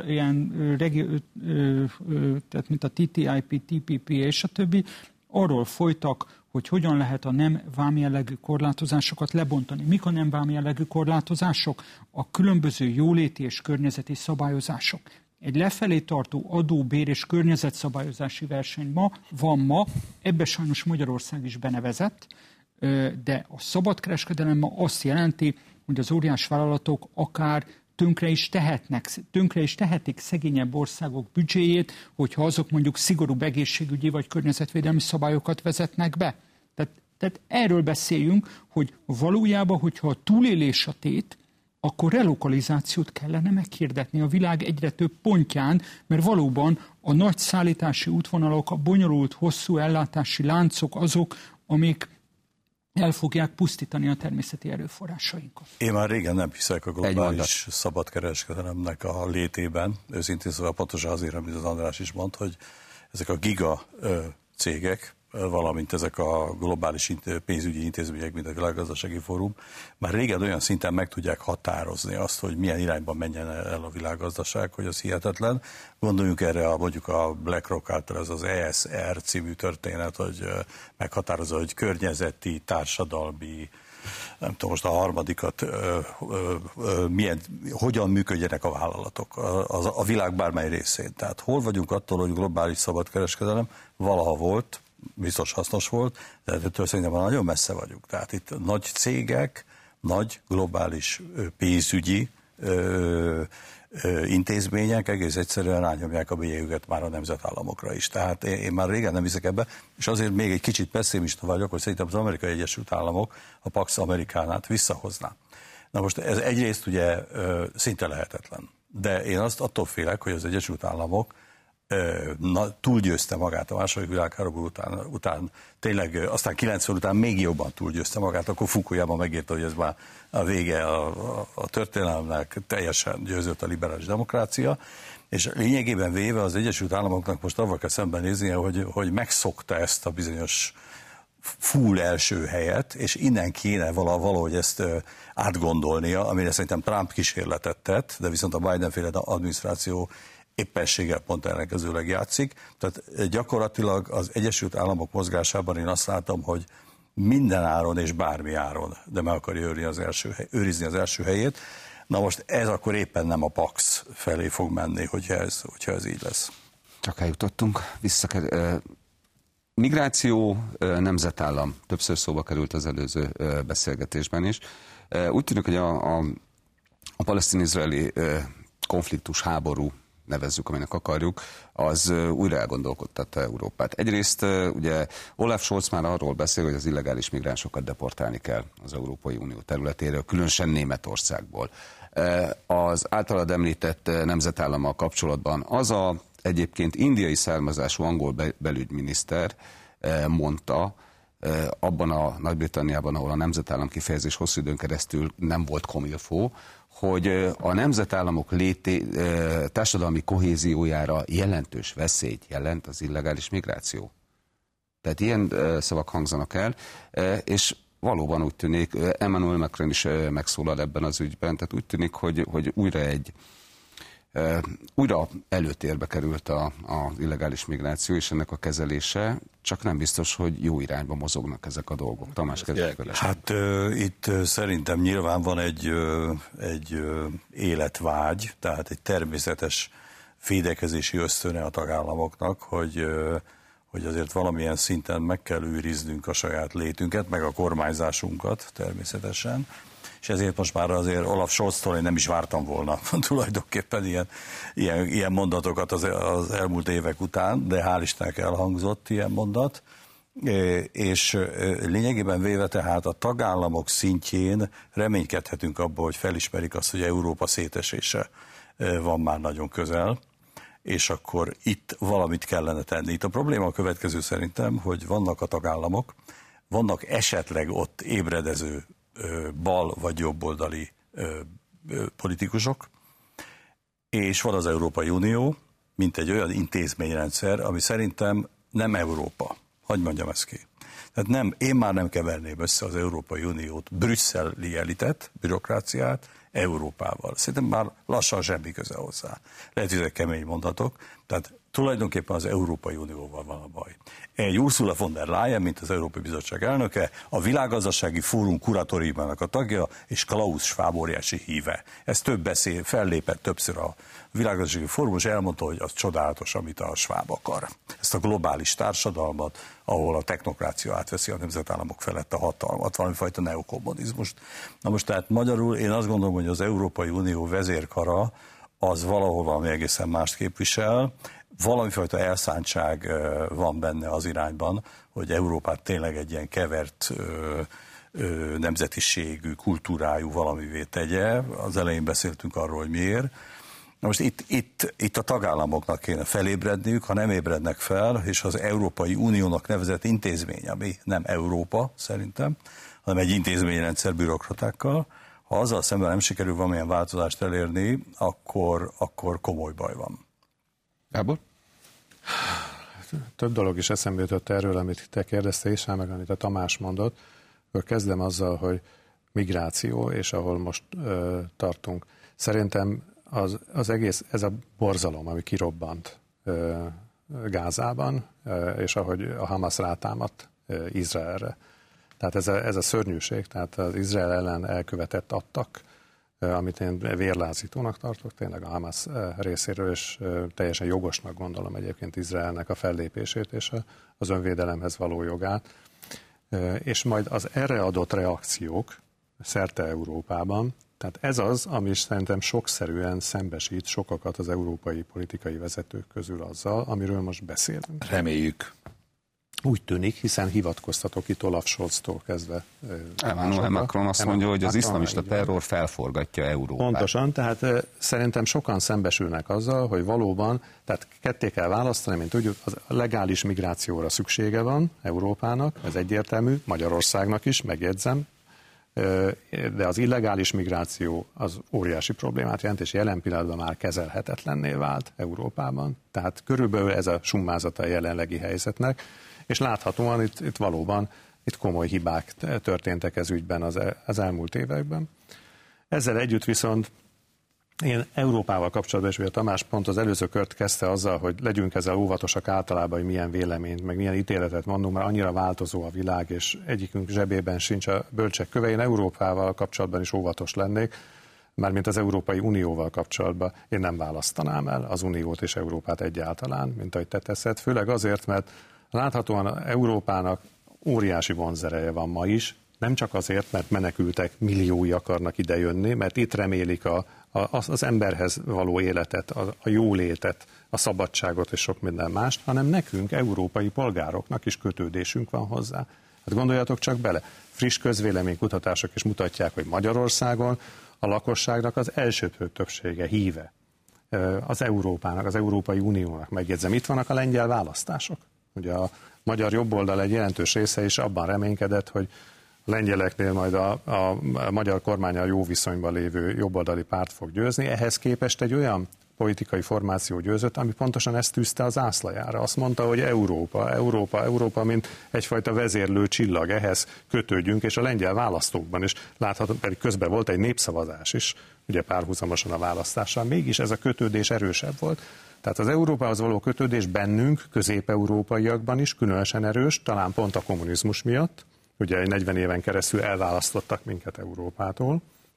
tehát mint a TTIP, TPP és a többi, arról folytak, hogy hogyan lehet a nem vámjellegű korlátozásokat lebontani. Mik a nem vámjellegű korlátozások? A különböző jóléti és környezeti szabályozások. Egy lefelé tartó adó, bér és környezetszabályozási verseny van, ebbe sajnos Magyarország is benevezett, de a szabadkereskedelem ma azt jelenti, hogy az óriás vállalatok akár tönkre is tehetik szegényebb országok büdzséjét, hogyha azok mondjuk szigorúbb egészségügyi vagy környezetvédelmi szabályokat vezetnek be. Tehát erről beszéljünk, hogy valójában, hogyha a túlélés a tét, akkor relokalizációt kellene meghirdetni a világ egyre több pontján, mert valóban a nagy szállítási útvonalak, a bonyolult, hosszú ellátási láncok azok, amik el fogják pusztítani a természeti erőforrásainkat. Én már régen nem hiszek a globális szabadkereskedelemnek a létében, őszintén szóval pontosan azért, amit az András is mond, hogy ezek a giga cégek, valamint ezek a globális pénzügyi intézmények, mint a Világgazdasági Fórum, már régen olyan szinten meg tudják határozni azt, hogy milyen irányban menjen el a világgazdaság, hogy az hihetetlen. Gondoljunk erre mondjuk a BlackRock által, ez az ESR című történet, hogy meghatározza, hogy környezeti, társadalmi, nem tudom most a harmadikat, hogyan működjenek a vállalatok a világ bármely részén. Tehát hol vagyunk attól, hogy globális szabadkereskedelem valaha volt, biztos hasznos volt, de ettől szerintem nagyon messze vagyunk. Tehát itt nagy cégek, nagy globális pénzügyi intézmények egész egyszerűen rányomják a bélyegüket már a nemzetállamokra is. Tehát én már régen nem hiszek ebbe, és azért még egy kicsit pessimista vagyok, hogy szerintem az Amerikai Egyesült Államok a Pax Americánát visszahozná. Na most ez egyrészt ugye szinte lehetetlen, de én attól félek, hogy az Egyesült Államok túlgyőzte magát a második világháború után, tényleg aztán 90 után még jobban túlgyőzte magát, akkor Fukuyama megírta, hogy ez már a vége a történelemnek, teljesen győzött a liberális demokrácia, és lényegében véve az Egyesült Államoknak most avval kell szembenéznie, hogy megszokta ezt a bizonyos full első helyet, és innen kéne valahogy ezt átgondolnia, amire szerintem Trump kísérletet tett, de viszont a Biden-féle adminisztráció éppenséggel pont ellenkezőleg játszik. Tehát gyakorlatilag az Egyesült Államok mozgásában én azt látom, hogy minden áron és bármi áron, de meg akarja őrizni az első helyét. Na most ez akkor éppen nem a Pax felé fog menni, hogyha ez így lesz. Csak eljutottunk. Migráció, nemzetállam. Többször szóba került az előző beszélgetésben is. Úgy tűnik, hogy a palesztin-izraeli konfliktus, háború, nevezzük, aminek akarjuk, az újra elgondolkodtatta Európát. Egyrészt ugye Olaf Scholz már arról beszél, hogy az illegális migránsokat deportálni kell az Európai Unió területéről, különösen Németországból. Az általad említett nemzetállammal kapcsolatban az egyébként indiai származású angol belügyminiszter mondta, abban a Nagy-Britanniában, ahol a nemzetállam kifejezés hosszú időn keresztül nem volt comme-il-faut, hogy a nemzetállamok társadalmi kohéziójára jelentős veszélyt jelent az illegális migráció. Tehát ilyen szavak hangzanak el, és valóban úgy tűnik, Emmanuel Macron is megszólal ebben az ügyben, tehát úgy tűnik, hogy újra előtérbe került az illegális migráció és ennek a kezelése, csak nem biztos, hogy jó irányba mozognak ezek a dolgok. Tamás, kezdjük. Hát itt szerintem nyilván van egy életvágy, tehát egy természetes védekezési ösztöne a tagállamoknak, hogy azért valamilyen szinten meg kell őriznünk a saját létünket, meg a kormányzásunkat természetesen. És ezért most már azért Olaf Scholztól én nem is vártam volna tulajdonképpen ilyen mondatokat az elmúlt évek után, de hál' Istennek elhangzott ilyen mondat, és lényegében véve tehát a tagállamok szintjén reménykedhetünk abban, hogy felismerik azt, hogy Európa szétesése van már nagyon közel, és akkor itt valamit kellene tenni. Itt a probléma a következő szerintem, hogy vannak a tagállamok, vannak esetleg ott ébredező bal vagy jobboldali politikusok, és van az Európai Unió, mint egy olyan intézményrendszer, ami szerintem nem Európa. Hadd mondjam ezt ki. Tehát én már nem keverném össze az Európai Uniót, brüsszeli elitet, bürokráciát Európával. Szerintem már lassan semmi köze hozzá. Lehet, hogy ezek kemény mondatok, tehát tulajdonképpen az Európai Unióval van a baj. Egy Ursula von der Leyen, mint az Európai Bizottság elnöke, a Világgazdasági Fórum kuratóriumának a tagja, és Klaus Schwab óriási híve. Ez fellépett többször a Világgazdasági Fórum, és elmondta, hogy az csodálatos, amit a Schwab akar. Ezt a globális társadalmat, ahol a technokrácia átveszi a nemzetállamok felett a hatalmat, valamifajta neokommunizmust. Na most tehát magyarul én azt gondolom, hogy az Európai Unió vezérkara az valahol valami egészen mást képvisel, valamifajta elszántság van benne az irányban, hogy Európát tényleg egy ilyen kevert nemzetiségű, kultúrájú valamivé tegye. Az elején beszéltünk arról, hogy miért. Na most itt a tagállamoknak kéne felébredniük, ha nem ébrednek fel, és az Európai Uniónak nevezett intézmény, ami nem Európa szerintem, hanem egy intézményrendszer bürokratákkal, ha azzal szemben nem sikerül valamilyen változást elérni, akkor komoly baj van. Gábor? Több dolog is eszembe jutott erről, amit te kérdeztél is, meg amit a Tamás mondott. Akkor kezdem azzal, hogy migráció, és ahol most tartunk. Szerintem az egész, ez a borzalom, ami kirobbant Gázában, és ahogy a Hamas rátámadt Izraelre. Tehát ez a szörnyűség, tehát az Izrael ellen elkövetett attak, amit én vérlázítónak tartok, tényleg a Hamas részéről, és teljesen jogosnak gondolom egyébként Izraelnek a fellépését és az önvédelemhez való jogát. És majd az erre adott reakciók szerte Európában, tehát ez az, ami szerintem sokszerűen szembesít sokakat az európai politikai vezetők közül azzal, amiről most beszélünk. Reméljük. Úgy tűnik, hiszen hivatkoztatok itt Olaf Scholztól kezdve. Emmanuel Macron azt mondja, hogy az iszlamista terror felforgatja Európát. Pontosan, tehát szerintem sokan szembesülnek azzal, hogy valóban, tehát ketté kell választani, mint tudjuk, a legális migrációra szüksége van Európának, ez egyértelmű, Magyarországnak is, megjegyzem, de az illegális migráció az óriási problémát jelent, és jelen pillanatban már kezelhetetlenné vált Európában. Tehát körülbelül ez a summázata a jelenlegi helyzetnek, és láthatóan itt valóban komoly hibák történtek ez ügyben az elmúlt években. Ezzel együtt viszont én Európával kapcsolatban, és ugye Tamás pont az előző kört kezdte azzal, hogy legyünk ezzel óvatosak általában, hogy milyen véleményt, meg milyen ítéletet mondunk, mert annyira változó a világ, és egyikünk zsebében sincs a bölcsek köve. Én Európával kapcsolatban is óvatos lennék, mármint az Európai Unióval kapcsolatban. Én nem választanám el az Uniót és Európát egyáltalán, mint ahogy te teszed, főleg azért, mert láthatóan Európának óriási vonzereje van ma is, nem csak azért, mert menekültek milliói akarnak idejönni, mert itt remélik az emberhez való életet, a jólétet, a szabadságot és sok minden mást, hanem nekünk, európai polgároknak is kötődésünk van hozzá. Hát gondoljatok csak bele, friss közvéleménykutatások is mutatják, hogy Magyarországon a lakosságnak az elsőprő többsége híve az Európának, az Európai Uniónak, megjegyzem. Itt vannak a lengyel választások. Ugye a magyar jobboldal egy jelentős része is abban reménykedett, hogy a lengyeleknél majd a magyar kormánnyal jó viszonyban lévő jobboldali párt fog győzni. Ehhez képest egy olyan politikai formáció győzött, ami pontosan ezt tűzte az zászlajára. Azt mondta, hogy Európa, mint egyfajta vezérlő csillag, ehhez kötődjünk, és a lengyel választókban is látható, pedig közben volt egy népszavazás is, ugye párhuzamosan a választással, mégis ez a kötődés erősebb volt. Tehát az Európához való kötődés bennünk, közép-európaiakban is különösen erős, talán pont a kommunizmus miatt, ugye 40 éven keresztül elválasztottak minket Európától,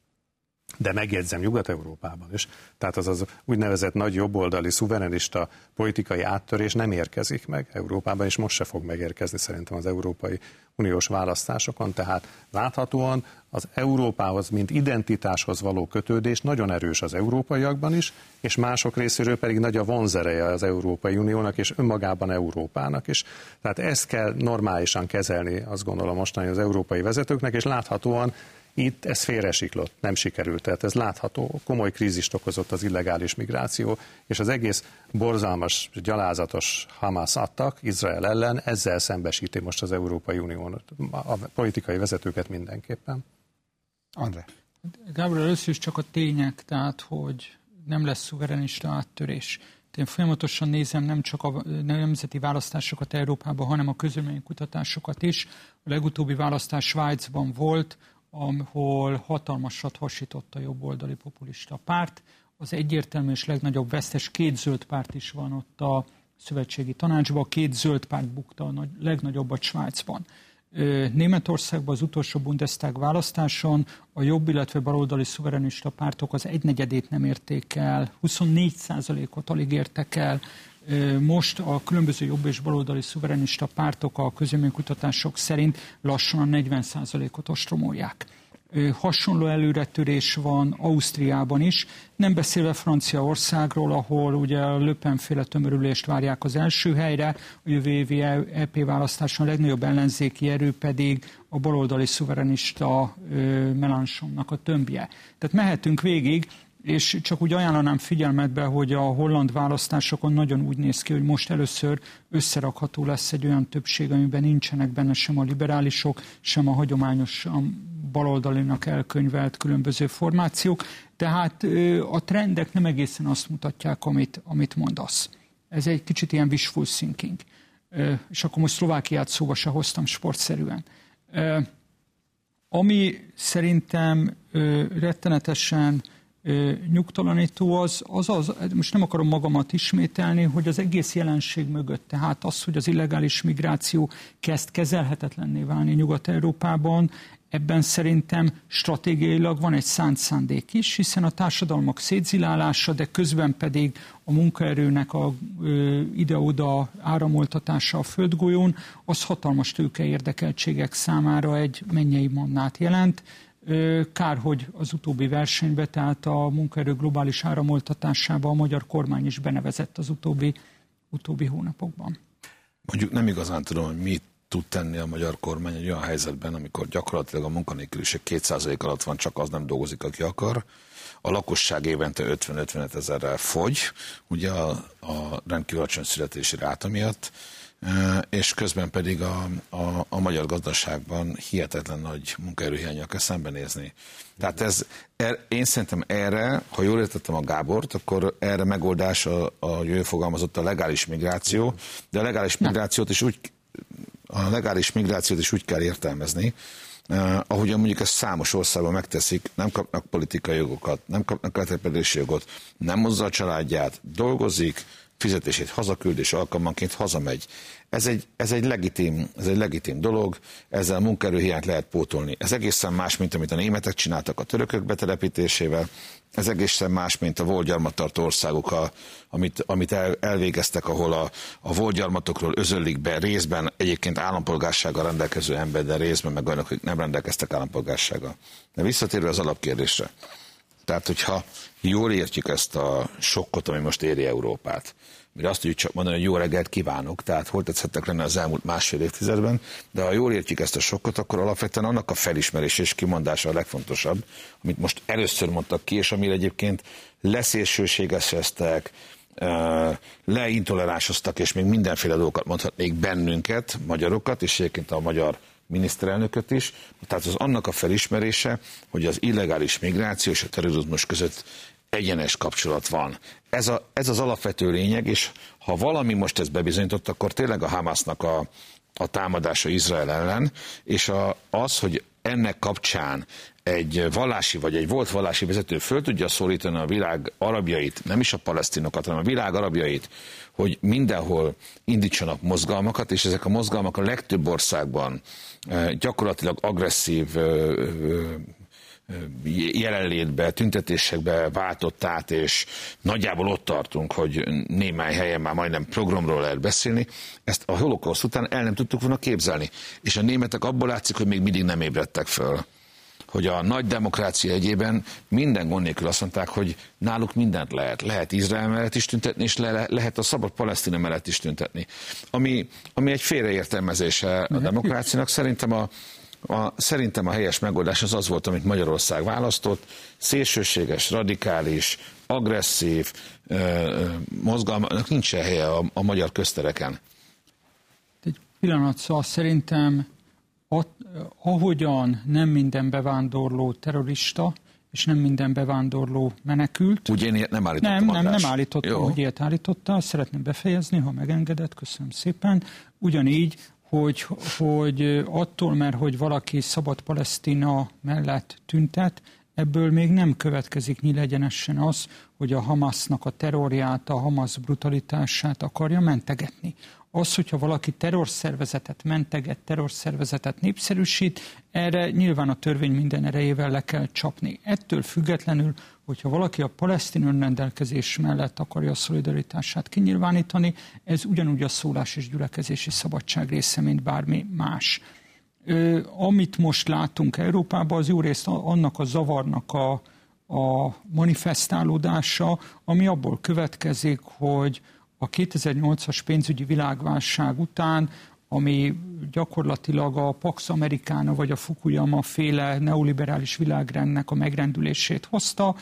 de megjegyzem Nyugat-Európában is. Tehát az úgynevezett nagy jobboldali, szuverenista politikai áttörés nem érkezik meg Európában, és most se fog megérkezni szerintem az Európai Uniós választásokon. Tehát láthatóan az Európához, mint identitáshoz való kötődés nagyon erős az európaiakban is, és mások részéről pedig nagy a vonzereje az Európai Uniónak, és önmagában Európának is. Tehát ezt kell normálisan kezelni, azt gondolom mostani az európai vezetőknek, és láthatóan itt ez félresiklott, nem sikerült. Tehát ez látható, komoly krízist okozott az illegális migráció, és az egész borzalmas, gyalázatos Hamas attak Izrael ellen, ezzel szembesíti most az Európai Unió a politikai vezetőket mindenképpen. André. Gábor, először is csak a tények, tehát hogy nem lesz szuverenista áttörés. Én folyamatosan nézem nem csak a nemzeti választásokat Európában, hanem a közvéleménykutatásokat is. A legutóbbi választás Svájcban volt, ahol hatalmasat hasított a jobboldali populista párt. Az egyértelmű és legnagyobb vesztes két zöld párt is van ott a szövetségi tanácsban. A két zöld párt bukta a legnagyobbat Svájcban. Németországban az utolsó Bundestag választáson a jobb, illetve baloldali szuverenista pártok az 1/4 nem érték el, 24%-ot alig értek el. Most a különböző jobb és baloldali szuverenista pártok a közvéleménykutatások szerint lassan a 40%-ot ostromolják. Hasonló előretörés van Ausztriában is, nem beszélve Franciaországról, ahol ugye a Le Pen-féle tömörülést várják az első helyre, a jövő évi EP választáson a legnagyobb ellenzéki erő pedig a baloldali szuverenista Mélenchonnak a tömbje. Tehát mehetünk végig, és csak úgy ajánlanám figyelmetbe, hogy a holland választásokon nagyon úgy néz ki, hogy most először összerakható lesz egy olyan többség, amiben nincsenek benne sem a liberálisok, sem a hagyományosan baloldalinak elkönyvelt különböző formációk. Tehát a trendek nem egészen azt mutatják, amit mondasz. Ez egy kicsit ilyen wishful thinking. És akkor most Szlovákiát szóba se hoztam sportszerűen. Ami szerintem rettenetesen nyugtalanító az, most nem akarom magamat ismételni, hogy az egész jelenség mögött, tehát az, hogy az illegális migráció kezd kezelhetetlenné válni Nyugat-Európában, ebben szerintem stratégiailag van egy szánt szándék is, hiszen a társadalmak szétzilálása, de közben pedig a munkaerőnek a ide-oda áramoltatása a földgolyón, az hatalmas tőkeérdekeltségek számára egy mennyei mannát jelent. Kár, hogy az utóbbi versenybe, tehát a munkaerő globális áramoltatásába a magyar kormány is benevezett az utóbbi hónapokban. Mondjuk nem igazán tudom, hogy mit tud tenni a magyar kormány egy olyan helyzetben, amikor gyakorlatilag a munkanélküliség 2% alatt van, csak az nem dolgozik, aki akar. A lakosság évente 50-55 ezerrel fogy, ugye a rendkívül alacsony születési ráta miatt, és közben pedig a magyar gazdaságban hihetetlen nagy munkaerőhiánnyal kell szembenézni. Tehát én szerintem erre, ha jól értettem a Gábort, akkor erre megoldás a jövő fogalmazott a legális migráció, de a legális migrációt is úgy kell értelmezni, ahogyan mondjuk ezt számos országban megteszik, nem kapnak politikai jogokat, nem kapnak letelepedési jogot, nem hozza a családját, dolgozik, fizetését hazaküld, és alkalmanként hazamegy. Ez egy legitim dolog, ezzel a munkaerőhiányt lehet pótolni. Ez egészen más, mint amit a németek csináltak a törökök betelepítésével, ez egészen más, mint a volt gyarmattartó országok, amit elvégeztek, ahol a volt gyarmatokról özöllik be részben egyébként állampolgársággal rendelkező ember, de részben meg olyanok, akik nem rendelkeztek állampolgársággal. De visszatérve az alapkérdésre. Tehát, hogyha jól értjük ezt a sokkot, ami most éri Európát, mire azt tudjuk csak mondani, hogy jó reggelt kívánok, tehát hol tetszettek lenne az elmúlt másfél évtizedben, de ha jól értjük ezt a sokkot, akkor alapvetően annak a felismerés és kimondása a legfontosabb, amit most először mondtak ki, és amire egyébként leszélsőségeztek, leintoleránsoztak, és még mindenféle dolgokat mondhatnék bennünket, magyarokat, és egyébként a magyar miniszterelnököt is, tehát az annak a felismerése, hogy az illegális migráció és a terrorizmus között egyenes kapcsolat van. Ez az alapvető lényeg, és ha valami most ezt bebizonyított, akkor tényleg a Hamasnak a támadása Izrael ellen, és az, hogy ennek kapcsán egy vallási vagy egy volt vallási vezető föl tudja szólítani a világ arabjait, nem is a palesztinokat, hanem a világ arabjait, hogy mindenhol indítsanak mozgalmakat, és ezek a mozgalmak a legtöbb országban gyakorlatilag agresszív jelenlétbe, tüntetésekbe váltott át, és nagyjából ott tartunk, hogy némely helyen már majdnem programról lehet beszélni. Ezt a holokauszt után el nem tudtuk volna képzelni. És a németek abból látszik, hogy még mindig nem ébredtek föl. Hogy a nagy demokrácia egyében minden gond nélkül azt mondták, hogy náluk mindent lehet. Lehet Izrael mellett is tüntetni, és lehet a szabad Palesztina mellett is tüntetni. Ami egy félreértelmezése a demokráciának. Szerintem a helyes megoldás az volt, amit Magyarország választott. Szélsőséges, radikális, agresszív mozgalmaknak nincsen helye a magyar köztereken. Egy pillanat, szóval szerintem ahogyan nem minden bevándorló terrorista, és nem minden bevándorló menekült. Ugye én ilyet nem állítottam. Nem állítottam, hogy ilyet állította. Szeretném befejezni, ha megengedett. Köszönöm szépen. Ugyanígy, hogy attól, mert hogy valaki szabad Palesztina mellett tüntet, ebből még nem következik nyílegyenesen az, hogy a Hamasnak a terrorját, a Hamas brutalitását akarja mentegetni. Az, hogyha valaki terrorszervezetet menteget, terrorszervezetet népszerűsít, erre nyilván a törvény minden erejével le kell csapni. Ettől függetlenül, hogyha valaki a palesztin önrendelkezés mellett akarja a szolidaritását kinyilvánítani, ez ugyanúgy a szólás és gyülekezési szabadság része, mint bármi más. Amit most látunk Európában, az jó részt annak a zavarnak a manifestálódása, ami abból következik, hogy a 2008-as pénzügyi világválság után, ami gyakorlatilag a Pax Americana vagy a Fukuyama féle neoliberális világrendnek a megrendülését hozta,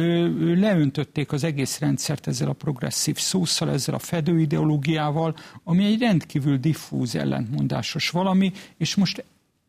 leöntötték az egész rendszert ezzel a progresszív szószal, ezzel a fedőideológiával, ami egy rendkívül diffúz, ellentmondásos valami, és most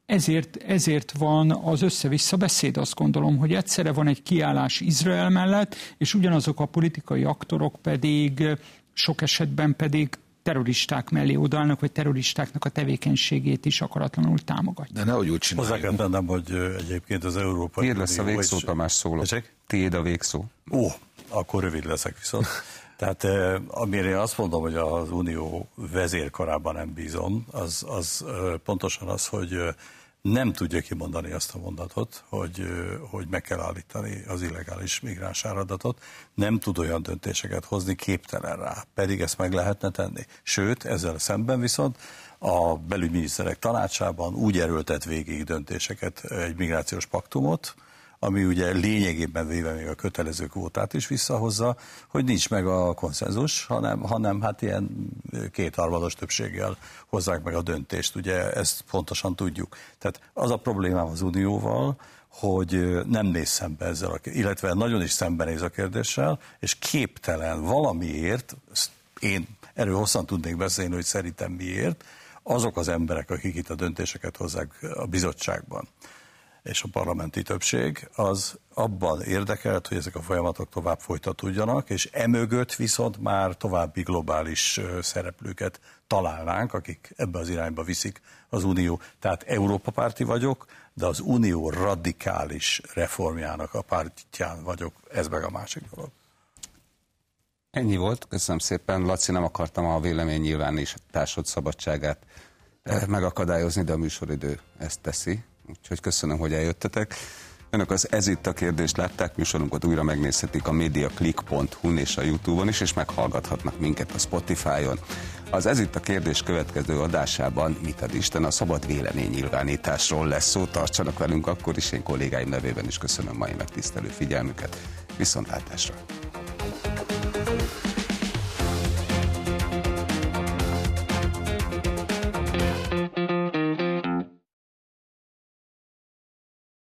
ezért van az össze-vissza beszéd, azt gondolom, hogy egyszerre van egy kiállás Izrael mellett, és ugyanazok a politikai aktorok pedig sok esetben pedig terroristák mellé odaállnak, vagy terroristáknak a tevékenységét is akaratlanul támogatják. De nehogy úgy csináljuk. Hozzá kell tennem, hogy egyébként az Európai Tiéd lesz a végszó, Tamás, szólok. Tiéd a végszó. Ó, akkor rövid leszek viszont. Tehát amire én azt mondom, hogy az Unió vezérkarában nem bízom, az pontosan az, hogy nem tudja kimondani azt a mondatot, hogy meg kell állítani az illegális migráns áradatot, nem tud olyan döntéseket hozni, képtelen rá, pedig ezt meg lehetne tenni. Sőt, ezzel szemben viszont a belügyminiszterek tanácsában úgy erőltet végig döntéseket, egy migrációs paktumot, ami ugye lényegében véve még a kötelező kvótát is visszahozza, hogy nincs meg a konszenzus, hanem hát ilyen kétharmados többséggel hozzák meg a döntést. Ugye ezt pontosan tudjuk. Tehát az a problémám az Unióval, hogy nem néz szembe ezzel, illetve nagyon is szembenéz a kérdéssel, és képtelen valamiért, én erről hosszan tudnék beszélni, hogy szerintem miért, azok az emberek, akik itt a döntéseket hozzák a bizottságban, és a parlamenti többség, az abban érdekelt, hogy ezek a folyamatok tovább folytatódjanak, és emögött viszont már további globális szereplőket találnánk, akik ebbe az irányba viszik az Unió. Tehát Európa párti vagyok, de az Unió radikális reformjának a pártján vagyok, ez meg a másik dolog. Ennyi volt, köszönöm szépen. Laci, nem akartam a véleménynyilvánításod szabadságát megakadályozni, de a műsoridő ezt teszi. Úgyhogy köszönöm, hogy eljöttetek. Önök az Ez itt a kérdést látták, műsorunkat újra megnézhetik a mediaclick.hu-n és a YouTube-on is, és meghallgathatnak minket a Spotify-on. Az Ez itt a kérdés következő adásában mit ad Isten, a szabad véleménynyilvánításról lesz szó. Tartsanak velünk akkor is, én kollégáim nevében is köszönöm mai megtisztelő figyelmüket. Viszontlátásra!